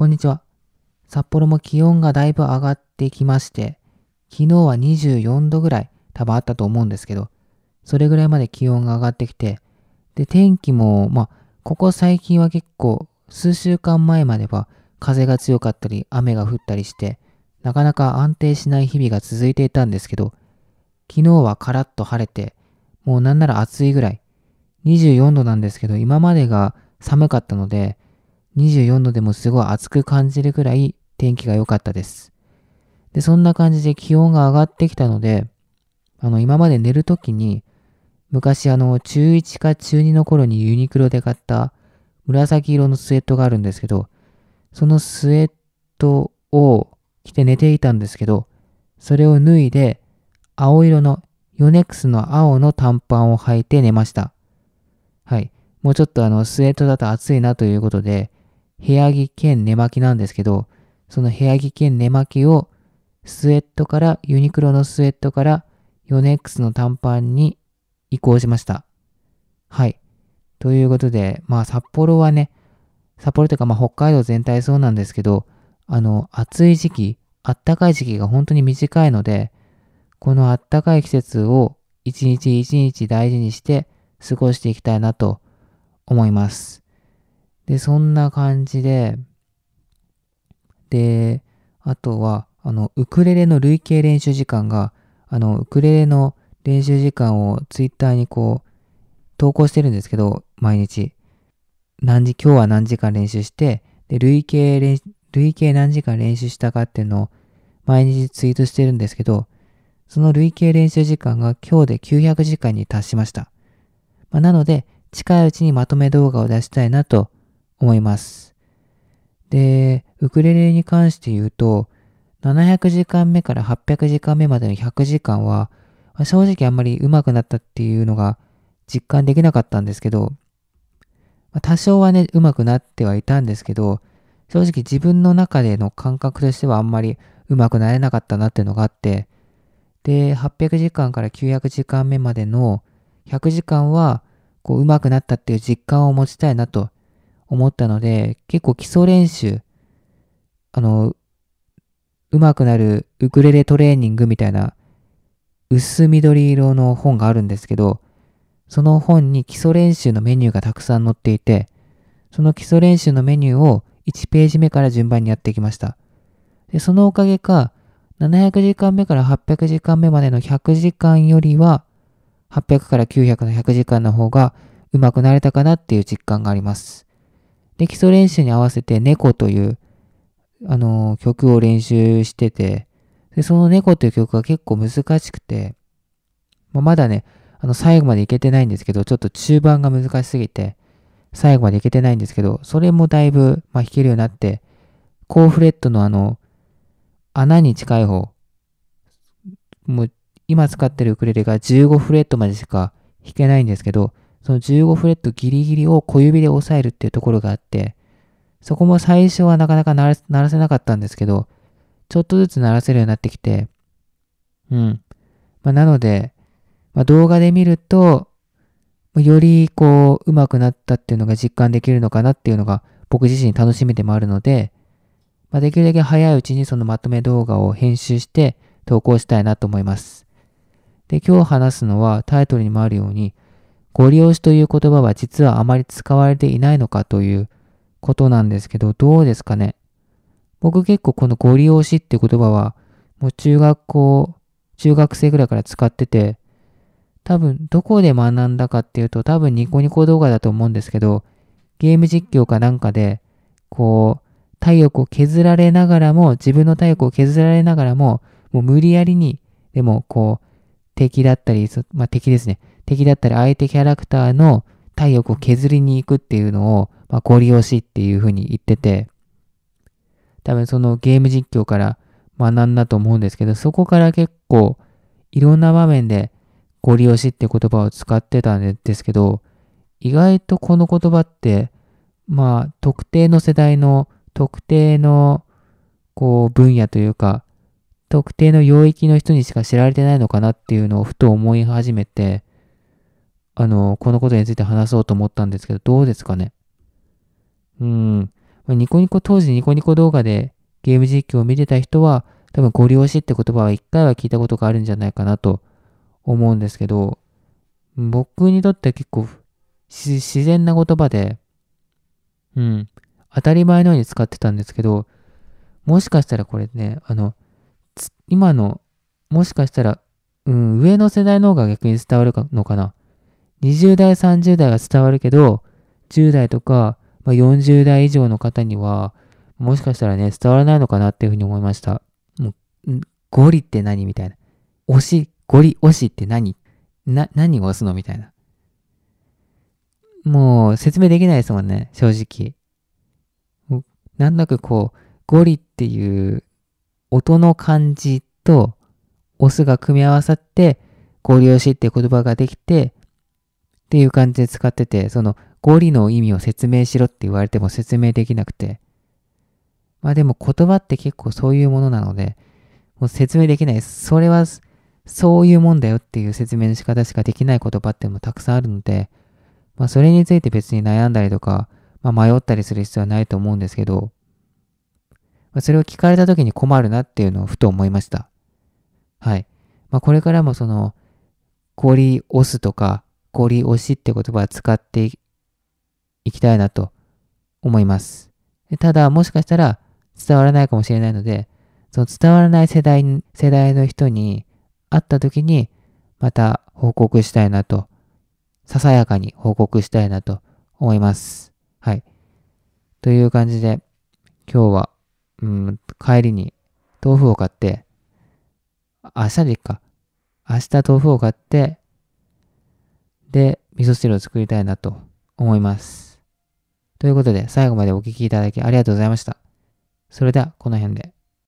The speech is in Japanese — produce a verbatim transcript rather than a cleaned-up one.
こんにちは。札幌も気温がだいぶ上がってきまして、昨日はにじゅうよんどぐらい多分あったと思うんですけど、それぐらいまで気温が上がってきて、で、天気も、まあ、ここ最近は結構、数週間前までは風が強かったり、雨が降ったりして、なかなか安定しない日々が続いていたんですけど、昨日はカラッと晴れて、もうなんなら暑いぐらい、にじゅうよんどなんですけど、今までが寒かったので、にじゅうよんどでもすごい暑く感じるくらい天気が良かったです。で、そんな感じで気温が上がってきたので、あの、今まで寝るときに、昔あの、中いちか中にの頃にユニクロで買った紫色のスウェットがあるんですけど、そのスウェットを着て寝ていたんですけど、それを脱いで、青色のヨネックスの青の短パンを履いて寝ました。はい。もうちょっとあの、スウェットだと暑いなということで、部屋着兼寝巻きなんですけど、その部屋着兼寝巻きをスウェットから、ユニクロのスウェットからヨネックスの短パンに移行しました。はい。ということで、まあ札幌はね、札幌というかまあ北海道全体そうなんですけど、あの、暑い時期、暖かい時期が本当に短いので、この暖かい季節を一日一日大事にして過ごしていきたいなと思います。で、そんな感じで、で、あとは、あの、ウクレレの累計練習時間が、あの、ウクレレの練習時間をツイッターにこう、投稿してるんですけど、毎日。何時、今日は何時間練習して、で、累計練、累計何時間練習したかっていうのを毎日ツイートしてるんですけど、その累計練習時間が今日できゅうひゃくじかんに達しました。まあ、なので、近いうちにまとめ動画を出したいなと思います。で、ウクレレに関して言うと、ななひゃくじかんめからはっぴゃくじかんめまでのひゃくじかんは、まあ、正直あんまり上手くなったっていうのが実感できなかったんですけど、まあ、多少はね、上手くなってはいたんですけど、正直自分の中での感覚としてはあんまり上手くなれなかったなっていうのがあって、で、はっぴゃくじかんからきゅうひゃくじかんめまでのひゃくじかんは、こう、上手くなったっていう実感を持ちたいなと思ったので、結構基礎練習、あの、上手くなるウクレレトレーニングみたいな薄緑色の本があるんですけど、その本に基礎練習のメニューがたくさん載っていて、その基礎練習のメニューをいちページ目から順番にやってきました。で、そのおかげか、ななひゃくじかんめからはっぴゃくじかんめまでのひゃくじかんよりは、はっぴゃくからきゅうひゃくのひゃくじかんの方が上手くなれたかなっていう実感があります。で、基礎練習に合わせて猫という、あのー曲を練習してて、で、その猫という曲が結構難しくて、まあ、まだね、あの、最後までいけてないんですけど、ちょっと中盤が難しすぎて、最後までいけてないんですけど、それもだいぶ、まあ、弾けるようになって、高フレットのあの、穴に近い方、もう、今使ってるウクレレがじゅうごフレットまでしか弾けないんですけど、そのじゅうごフレットギリギリを小指で押さえるっていうところがあって、そこも最初はなかなか鳴ら鳴らせなかったんですけど、ちょっとずつ鳴らせるようになってきて、うん。まあ、なので、まあ、動画で見ると、よりこう、上手くなったっていうのが実感できるのかなっていうのが僕自身楽しみでもあるので、まあ、できるだけ早いうちにそのまとめ動画を編集して投稿したいなと思います。で、今日話すのはタイトルにもあるように、ご利用しという言葉は実はあまり使われていないのかということなんですけど、どうですかね。僕結構このご利用しって言葉は、もう中学校、中学生ぐらいから使ってて、多分どこで学んだかっていうと、多分ニコニコ動画だと思うんですけど、ゲーム実況かなんかで、こう、体力を削られながらも、自分の体力を削られながらも、もう無理やりに、でもこう、敵だったり、まあ敵ですね。敵だったり相手キャラクターの体力を削りに行くっていうのを、まあ、ご利用しっていう風に言ってて、多分そのゲーム実況から学んだと思うんですけど、そこから結構いろんな場面でご利用しって言葉を使ってたんですけど、意外とこの言葉って、まあ特定の世代の特定のこう分野というか、特定の領域の人にしか知られてないのかなっていうのをふと思い始めて、あの、このことについて話そうと思ったんですけど、どうですかね。うん。 まあニコニコ、当時ニコニコ動画でゲーム実況を見てた人は、多分ゴリ押しって言葉は一回は聞いたことがあるんじゃないかなと思うんですけど、僕にとっては結構自然な言葉で、うん、当たり前のように使ってたんですけど、もしかしたらこれね、あの、今の、もしかしたら、うん、上の世代の方が逆に伝わるのかな。にじゅう代、さんじゅう代が伝わるけど、じゅう代とか、まあ、よんじゅう代以上の方には、もしかしたらね、伝わらないのかなっていうふうに思いました。もう、ゴリって何みたいな。押し、ゴリ押しって何な、何を押すのみたいな。もう説明できないですもんね、正直。なんだかこう、ゴリっていう音の感じと押すが組み合わさって、ゴリ押しっていう言葉ができて、っていう感じで使ってて、そのゴリの意味を説明しろって言われても説明できなくて。まあでも言葉って結構そういうものなので、もう説明できないです。それはそういうもんだよっていう説明の仕方しかできない言葉っていうのもたくさんあるので、まあそれについて別に悩んだりとか、まあ迷ったりする必要はないと思うんですけど、まあ、それを聞かれた時に困るなっていうのをふと思いました。はい。まあこれからもその、ゴリ押すとか、ゴリ押しって言葉を使っていきたいなと思います。ただ、もしかしたら伝わらないかもしれないので、その伝わらない世代、世代の人に会った時に、また報告したいなと、ささやかに報告したいなと思います。はい。という感じで、今日は、うん、帰りに豆腐を買って、明日でいいか。明日豆腐を買って、で、味噌汁を作りたいなと思います。ということで、最後までお聞きいただきありがとうございました。それでは、この辺で。